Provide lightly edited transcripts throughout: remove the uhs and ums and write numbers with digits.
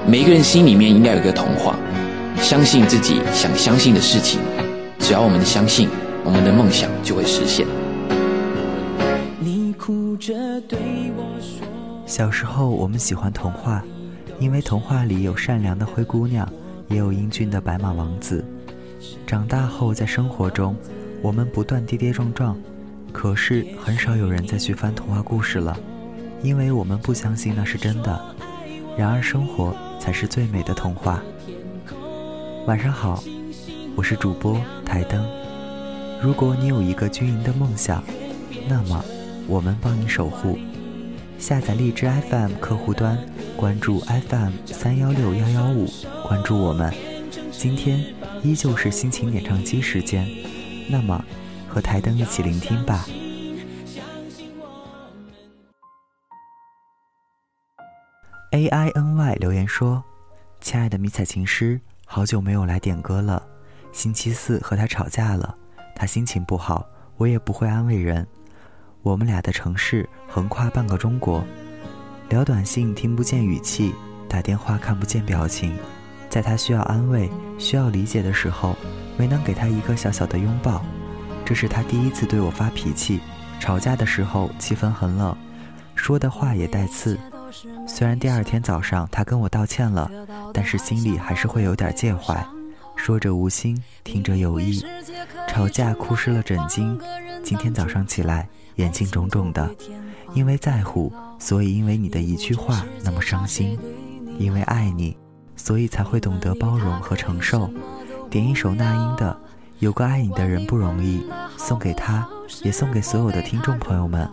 每一个人心里面应该有一个童话，相信自己想相信的事情，只要我们相信，我们的梦想就会实现。 你哭着对我说， 小时候我们喜欢童话，因为童话里有善良的灰姑娘，也有英俊的白马王子。长大后在生活中，我们不断跌跌撞撞，可是很少有人再去翻童话故事了，因为我们不相信那是真的。然而生活才是最美的童话。晚上好，我是主播台灯。如果你有一个军营的梦想，那么我们帮你守护。下载荔枝 FM 客户端，关注 FM316115，关注我们。今天依旧是心情演唱机时间，那么和台灯一起聆听吧。AINY 留言说，亲爱的迷彩情诗，好久没有来点歌了，星期四和他吵架了，他心情不好，我也不会安慰人。我们俩的城市横跨半个中国，聊短信听不见语气，打电话看不见表情，在他需要安慰需要理解的时候，没能给他一个小小的拥抱。这是他第一次对我发脾气，吵架的时候气氛很冷，说的话也带刺。虽然第二天早上他跟我道歉了，但是心里还是会有点介怀，说着无心，听着有意。吵架哭湿了枕巾，今天早上起来眼睛肿肿的，因为在乎，所以因为你的一句话那么伤心，因为爱你，所以才会懂得包容和承受。点一首那英的有个爱你的人不容易，送给他，也送给所有的听众朋友们。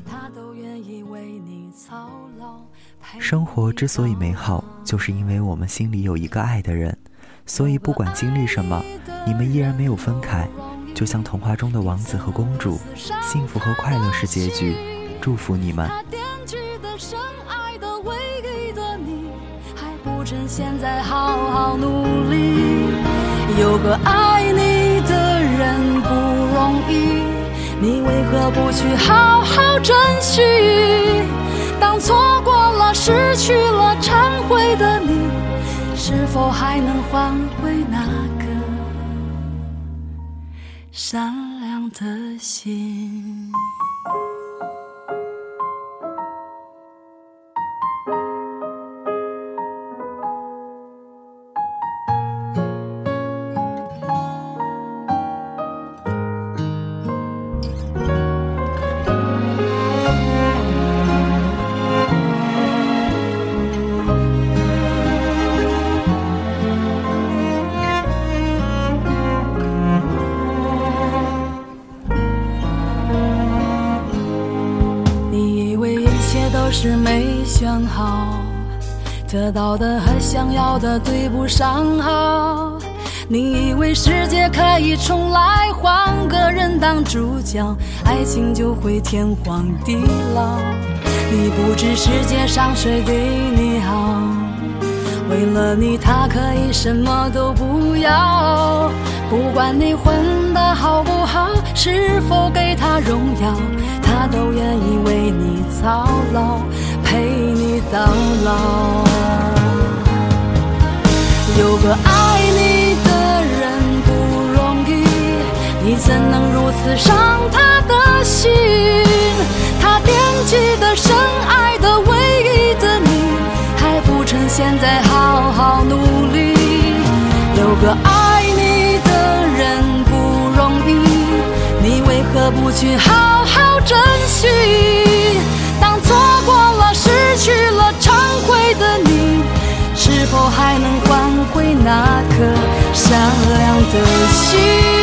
生活之所以美好，就是因为我们心里有一个爱的人，所以不管经历什么，你们依然没有分开，就像童话中的王子和公主，幸福和快乐是结局，祝福你们。 不趁现在好好努力，有个爱你的人不容易，你为何不去好好珍惜？当错过了失去了忏悔的你，是否还能换回那个善良的心？是没选好，得到的和想要的对不上号。你以为世界可以重来，换个人当主角，爱情就会天荒地老。你不知世界上谁对你好，为了你他可以什么都不要。不管你混得好不好，是否给他荣耀，他都愿意为你操劳，陪你到老。有个爱你的人不容易，你怎能如此伤他的心？他惦记的深爱的唯一的你，还不趁现在好好努力。有个爱你的人不容易，你为何不去好好珍惜？当错过了失去了忏悔的你，是否还能换回那颗善良的心？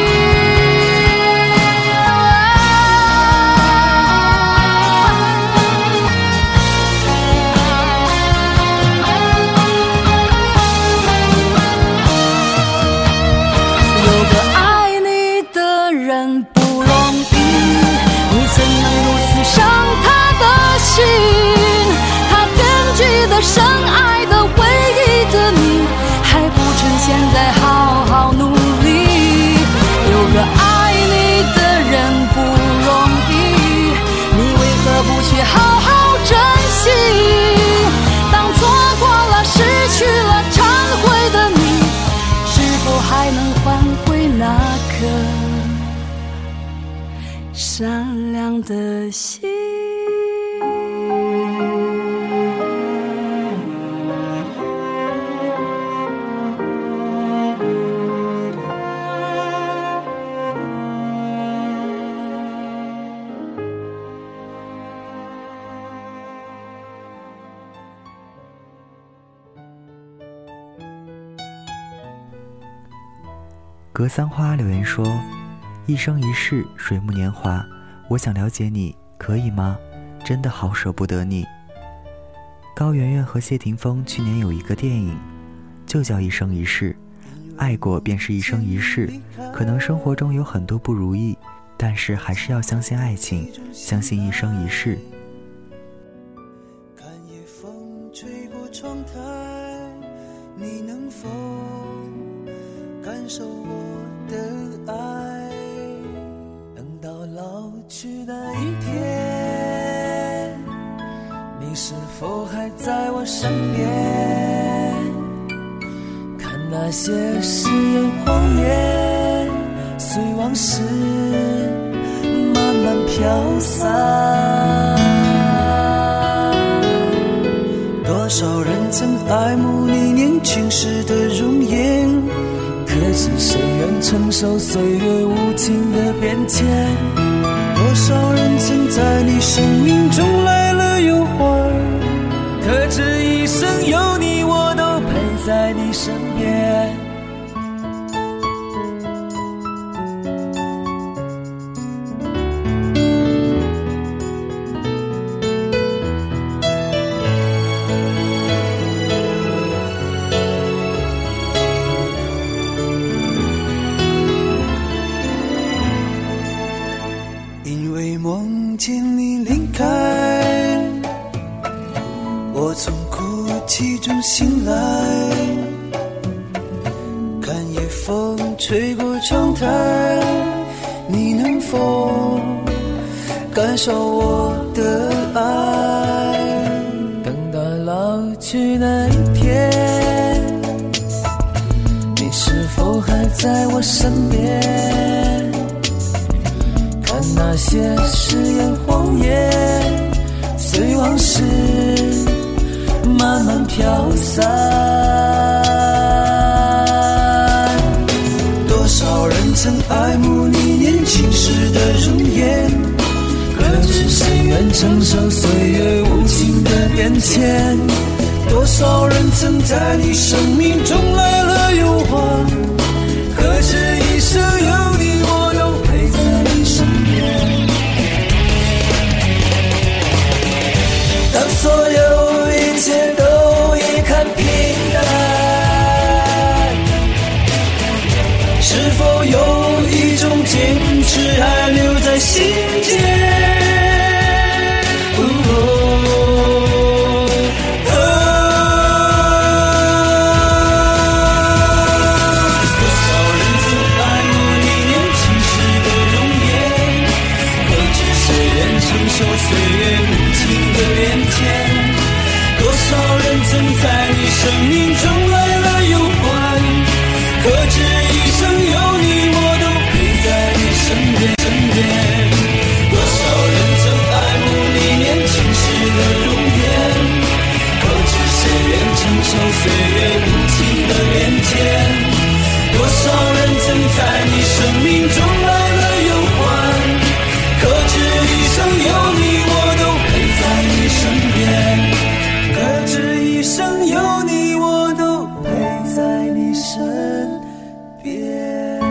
深爱的唯一的你，还不趁现在好好努力。 伤的心。 格桑花留言说，一生一世水木年华，我想了解你，可以吗？真的好舍不得你。高圆圆和谢霆锋去年有一个电影，就叫一生一世，爱过便是一生一世。可能生活中有很多不如意，但是还是要相信爱情，相信一生一世。 看夜风吹过窗台，你能否感受我的爱？等到老去那一天，你是否还在我身边？看那些誓言谎言，随往事慢慢飘散。多少人曾爱慕你年轻时的容颜，可是谁愿承受岁月无情的变迁？多少人曾在你生命中来了又还，可这一生有你，我都陪在你身边。因为梦见你离开，我从哭泣中醒来，看夜风吹过窗台，你能否感受我的爱？等到老去那一天，你是否还在我身边？看那些誓言谎言，随往事慢慢飘散。多少人曾爱慕你年轻时的容颜，可是谁愿承受岁月无情的变迁？多少人曾在你生命中来了又还，可这一生有你，我都陪在你身边。当所有一切都已看平淡，是否有一种坚持还留在心间？岁月无情的变迁，多少人曾在你生命中来了又还，可这一生有你，我都陪在你身边。多少人曾爱慕你年轻时的容颜，可知谁愿承受岁月无情的变迁？多少人曾在你生命中来了又还，可这一生有你，我都陪在你身边。可这一生有你，我都陪在你身边。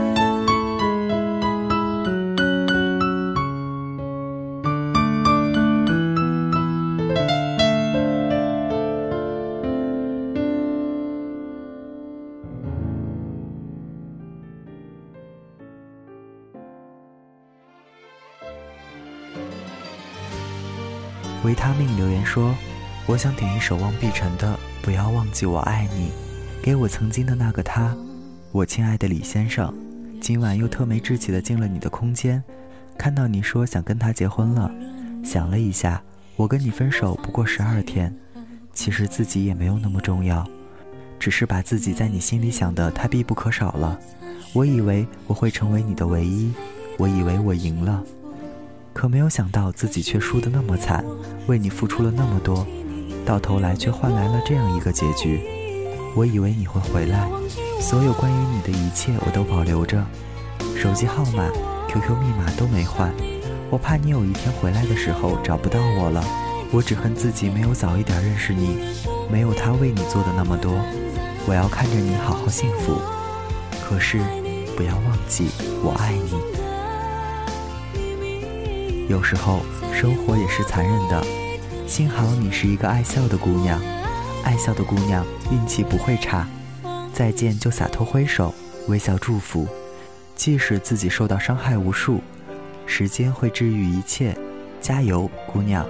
维他命留言说，我想点一首汪碧晨的《不要忘记我爱你》，给我曾经的那个他。我亲爱的李先生，今晚又特没志气的进了你的空间，看到你说想跟他结婚了，想了一下，我跟你分手不过12天，其实自己也没有那么重要，只是把自己在你心里想的太必不可少了。我以为我会成为你的唯一，我以为我赢了， 可没有想到自己却输得那么惨，为你付出了那么多，到头来却换来了这样一个结局。我以为你会回来，所有关于你的一切我都保留着，手机号码、QQ 密码都没换，我怕你有一天回来的时候找不到我了。我只恨自己没有早一点认识你，没有他为你做的那么多。我要看着你好好幸福，可是不要忘记我爱你。有时候生活也是残忍的，幸好你是一个爱笑的姑娘，爱笑的姑娘运气不会差，再见就洒脱挥手，微笑祝福，即使自己受到伤害无数，时间会治愈一切，加油姑娘。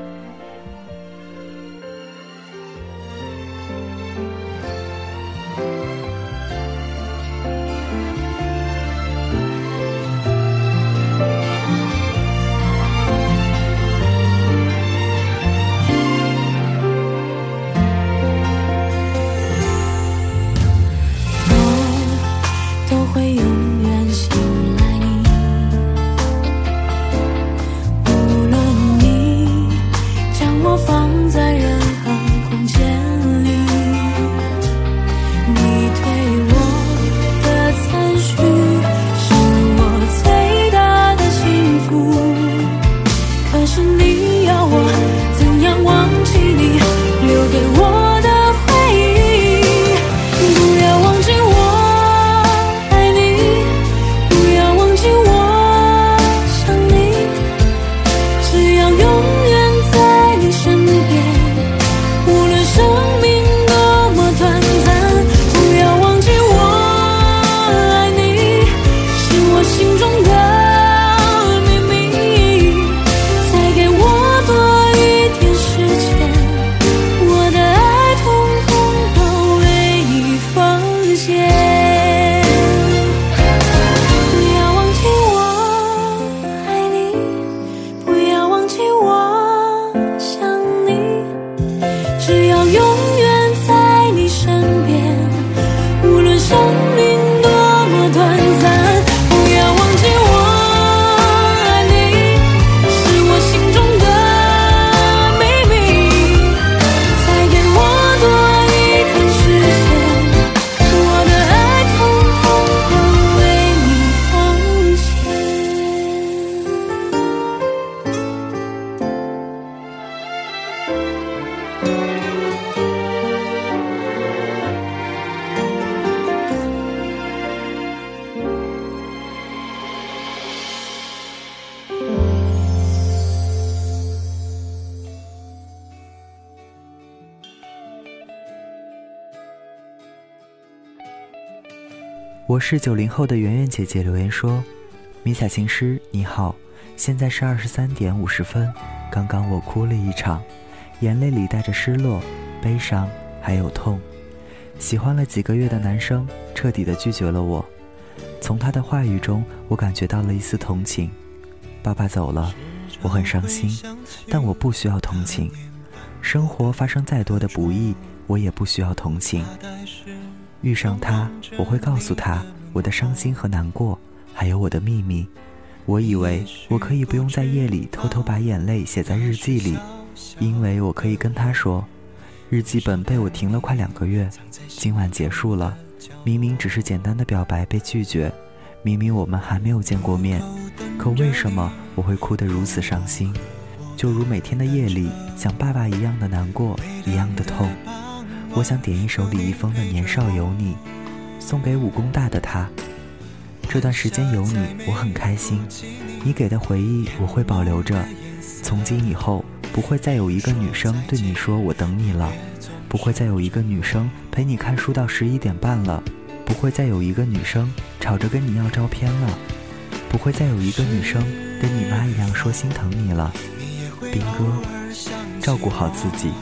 我是90后的圆圆姐姐留言说，迷彩情诗你好，现在是23点50分，刚刚我哭了一场，眼泪里带着失落、悲伤还有痛。喜欢了几个月的男生彻底地拒绝了我，从他的话语中我感觉到了一丝同情。爸爸走了，我很伤心，但我不需要同情。生活发生再多的不易，我也不需要同情。遇上他，我会告诉他我的伤心和难过，还有我的秘密。我以为我可以不用在夜里偷偷把眼泪写在日记里，因为我可以跟他说，日记本被我停了快2个月，今晚结束了。明明只是简单的表白被拒绝，明明我们还没有见过面，可为什么我会哭得如此伤心？就如每天的夜里像爸爸一样的难过，一样的痛。我想点一首李易峰的《年少有你》，送给武功大的他。这段时间有你，我很开心，你给的回忆我会保留着。从今以后，不会再有一个女生对你说我等你了，不会再有一个女生陪你看书到11点半了，不会再有一个女生吵着跟你要照片了，不会再有一个女生跟你妈一样说心疼你了。兵哥，照顾好自己。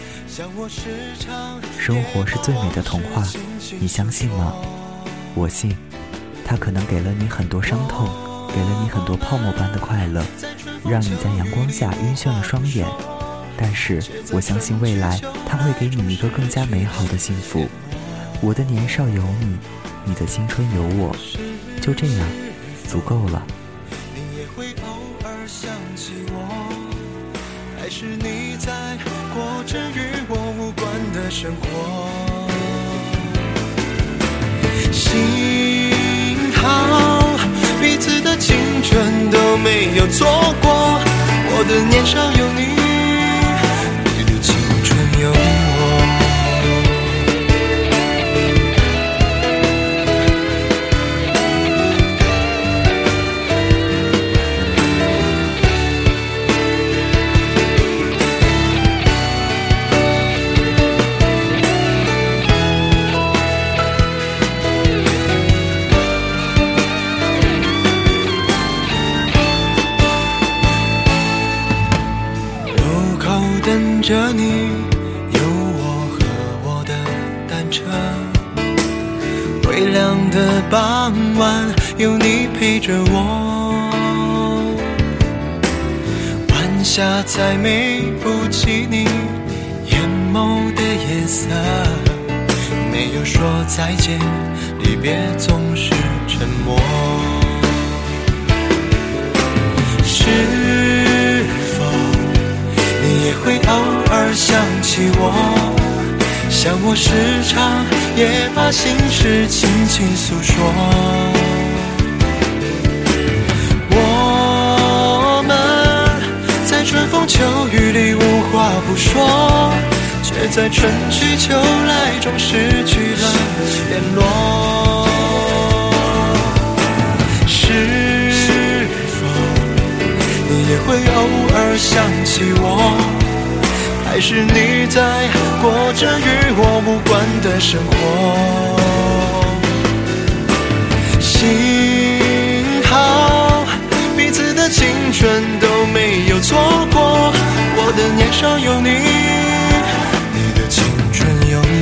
生活是最美的童话，你相信吗？我信，它可能给了你很多伤痛，给了你很多泡沫般的快乐，让你在阳光下晕眩了双眼，但是我相信未来它会给你一个更加美好的幸福。我的年少有你，你的青春有我，就这样足够了。你也会偶尔想过着与我无关的生活。幸好彼此的青春都没有错过，我的年少有你，你的青春有我。等着你，有我和我的单车，微凉的傍晚，有你陪着我。晚霞再美不及你眼眸的颜色，没有说再见，离别总是沉默。是否你也会偶尔想起我，像我时常也把心事轻轻诉说。我们在春风秋雨里无话不说，却在春去秋来中失去了联络。是否你也会偶尔想起我，还是你在过着与我无关的生活？幸好彼此的青春都没有错过，我的年少有你，你的青春有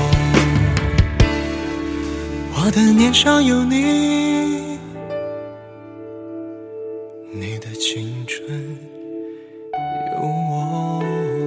我，我的年少有你，你的青春有我。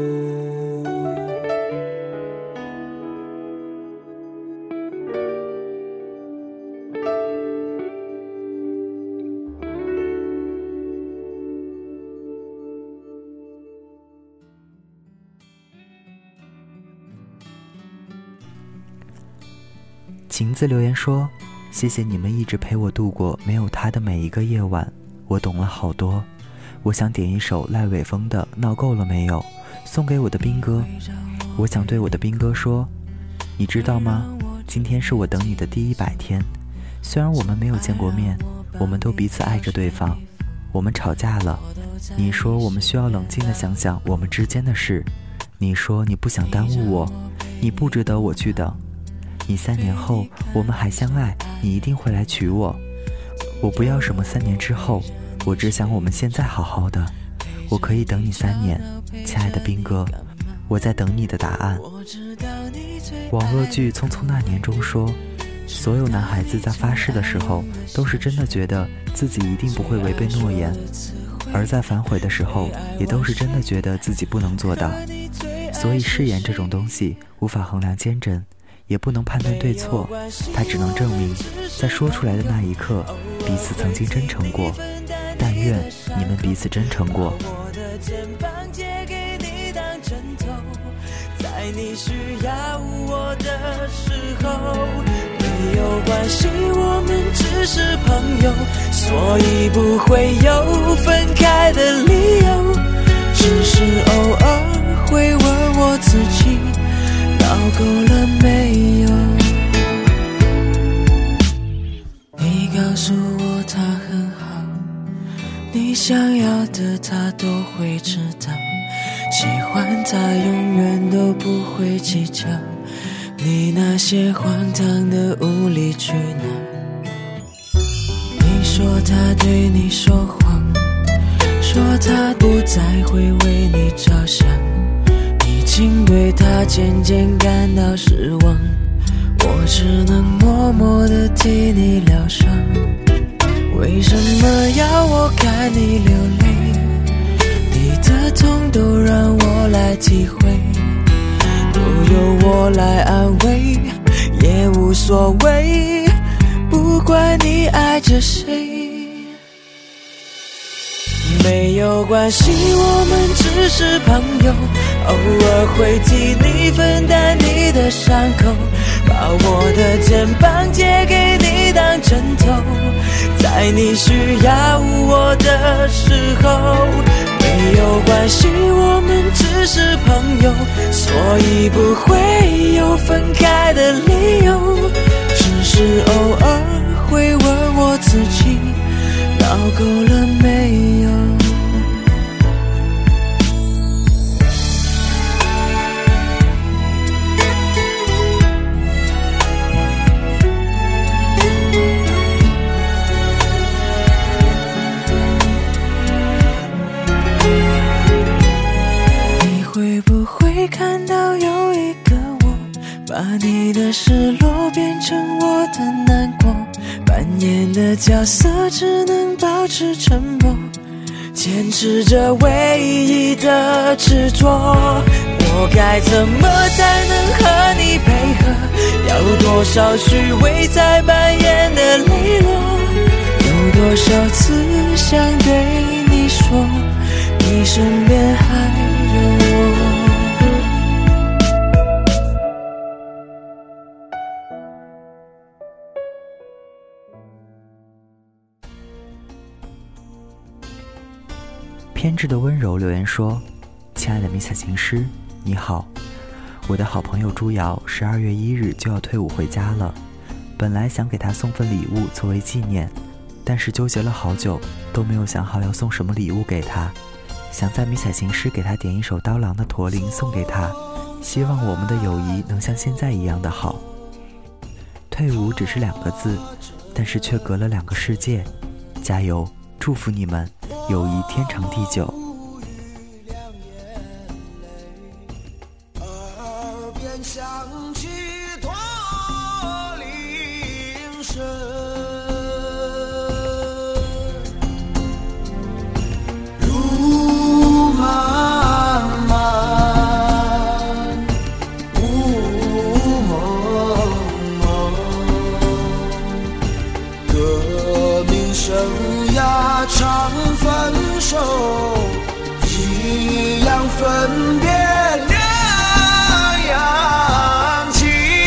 晴子留言说，谢谢你们一直陪我度过没有他的每一个夜晚，我懂了好多。我想点一首赖伟峰的闹够了没有，送给我的兵哥。我想对我的兵哥说，你知道吗，今天是我等你的第100天。虽然我们没有见过面，我们都彼此爱着对方。我们吵架了，你说我们需要冷静地想想我们之间的事，你说你不想耽误我，你不值得我去等。你3年后我们还相爱，你一定会来娶我。我不要什么3年之后，我只想我们现在好好的。我可以等你3年，亲爱的兵哥，我在等你的答案。网络剧《匆匆那年》中说，所有男孩子在发誓的时候都是真的觉得自己一定不会违背诺言，而在反悔的时候也都是真的觉得自己不能做到。所以誓言这种东西无法衡量坚贞，也不能判断对错，它只能证明在说出来的那一刻彼此曾经真诚过。但愿你们彼此真诚过。 我的肩膀借给你当枕头，在你需要我的时候，没有关系，我们只是朋友，所以不会有分开的理由，只是偶尔会问我自己闹够了没有。你告诉我他很好，你想要的他都会知道，喜欢他永远都不会计较，你那些荒唐的无理取闹。你说他对你说谎，说他不再会为你着想，已经对他渐渐感到失望，我只能默默地替你疗伤。为什么要我看你流泪？你的痛都让我来体会，都由我来安慰，也无所谓，不管你爱着谁。没有关系，我们只是朋友， 偶尔会替你分担你的伤口，把我的肩膀借给你当枕头，在你需要我的时候。没有关系，我们只是朋友，所以不会有分开的理由，只是偶尔会问我自己闹够了没有。看到有一个我，把你的失落变成我的难过，扮演的角色只能保持沉默，坚持着唯一的执着。我该怎么才能和你配合？要多少虚伪才扮演的磊落？有多少次想对你说，你身边还有我。 偏执的温柔留言说：亲爱的迷彩情诗，你好，我的好朋友朱瑶12月1日就要退伍回家了，本来想给他送份礼物作为纪念，但是纠结了好久都没有想好要送什么礼物给他，想在迷彩情诗给他点一首刀郎的驼铃送给他，希望我们的友谊能像现在一样的好。退伍只是2个字，但是却隔了2个世界，加油，祝福你们友谊天长地久。 耳边响起驼铃声，路漫漫雾蒙蒙，革命生涯常分手，一样分别两样情。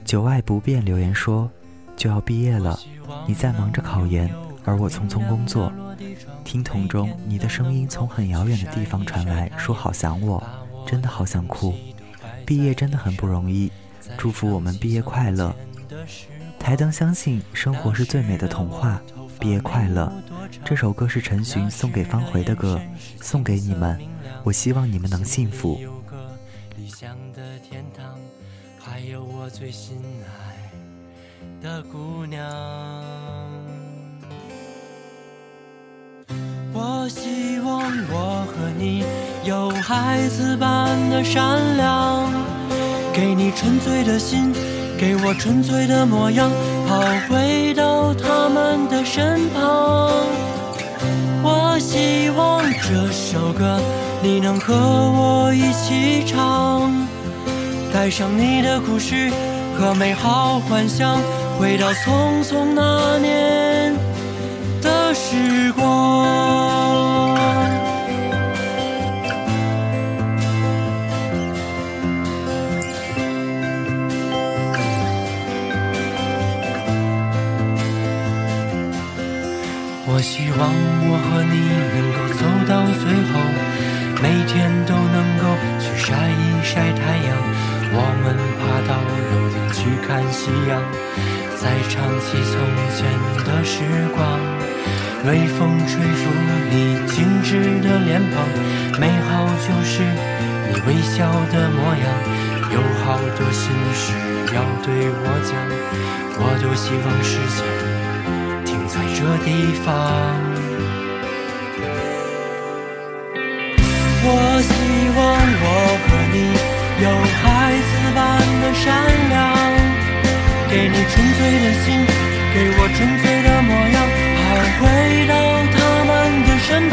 久爱不变留言说，就要毕业了，你在忙着考研，而我匆匆工作。听筒中你的声音从很遥远的地方传来，说好想我，真的好想哭。毕业真的很不容易，祝福我们毕业快乐。台灯相信生活是最美的童话，毕业快乐。这首歌是陈寻送给方茴的歌，送给你们，我希望你们能幸福。 理想的天堂，还有我最心爱的姑娘。我希望我和你有孩子般的善良，给你纯粹的心，给我纯粹的模样，跑回到他们的身旁。我希望这首歌你能和我一起唱，带上你的故事和美好幻想，回到匆匆那年的时光。我希望我和你能够走到最后，每天都能够去晒一晒太阳，我们爬到楼顶去看夕阳，再唱起从前的时光。微风吹拂你精致的脸庞，美好就是你微笑的模样，有好多心事要对我讲，我多希望时间在这地方。我希望我和你有孩子般的善良，给你纯粹的心，给我纯粹的模样，跑回到他们的身旁。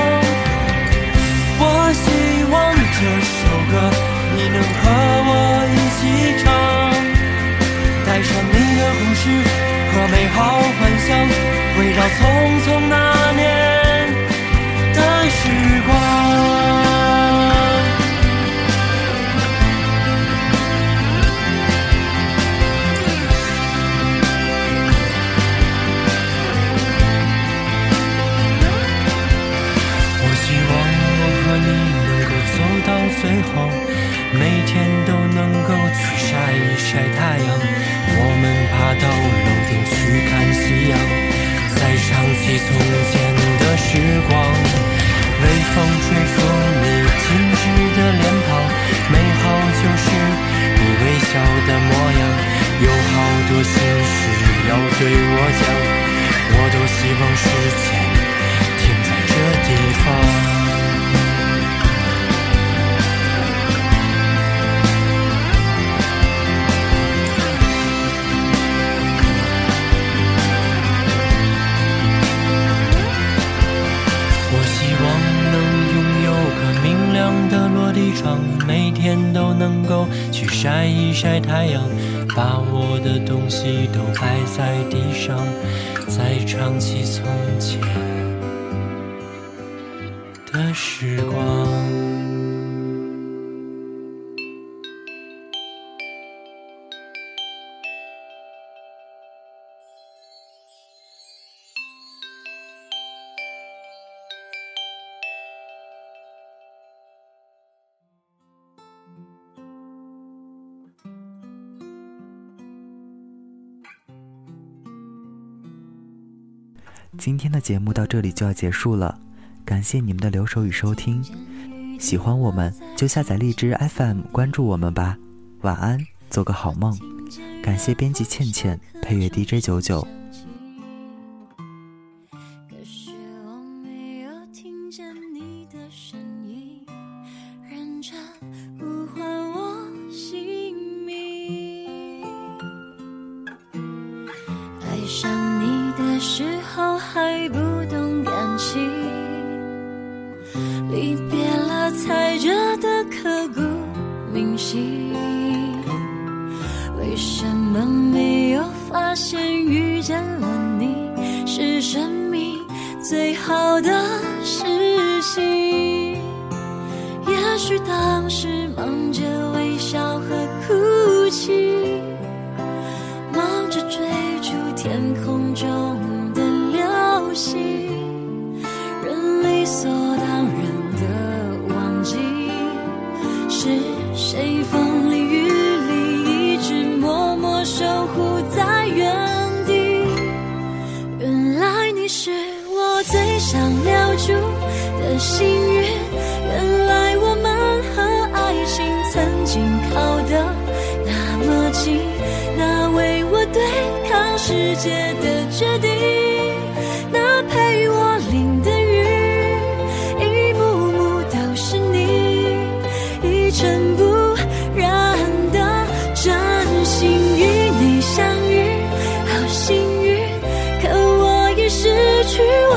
我希望这首歌你能和我一起唱，带上你的故事和美好幻想，回到匆匆那年的时光。我希望我和你能够走到最后，每天都能够去晒一晒太阳，我们爬到楼顶去看夕阳，再唱起从前的时光。微风吹拂你精致的脸庞，美好就是你微笑的模样，有好多心事要对我讲，我多希望时间停在这地方。每天都能够去晒一晒太阳，把我的东西都摆在地上，再唱起从前的时光。 今天的节目到这里就要结束了，感谢你们的留守与收听。喜欢我们就下载荔枝 FM 关注我们吧。晚安，做个好梦。感谢编辑倩倩，配乐 DJ99。 可是我没有听见你的声音，认真呼唤我姓名。爱上你的时候还不懂感情，离别了才觉得刻骨铭心。为什么没有发现遇见了你是生命最好的事情？也许当时忙着微笑和哭泣， 天空中的流星，人理所当然的忘记，是谁风里雨里一直默默守护在原地。原来你是我最想留住的幸运，原来我们和爱情曾经靠得那么近，那为我对抗世界的决定，那陪我淋的雨，一幕幕都是你，一尘不染的真心。与你相遇好幸运，可我已失去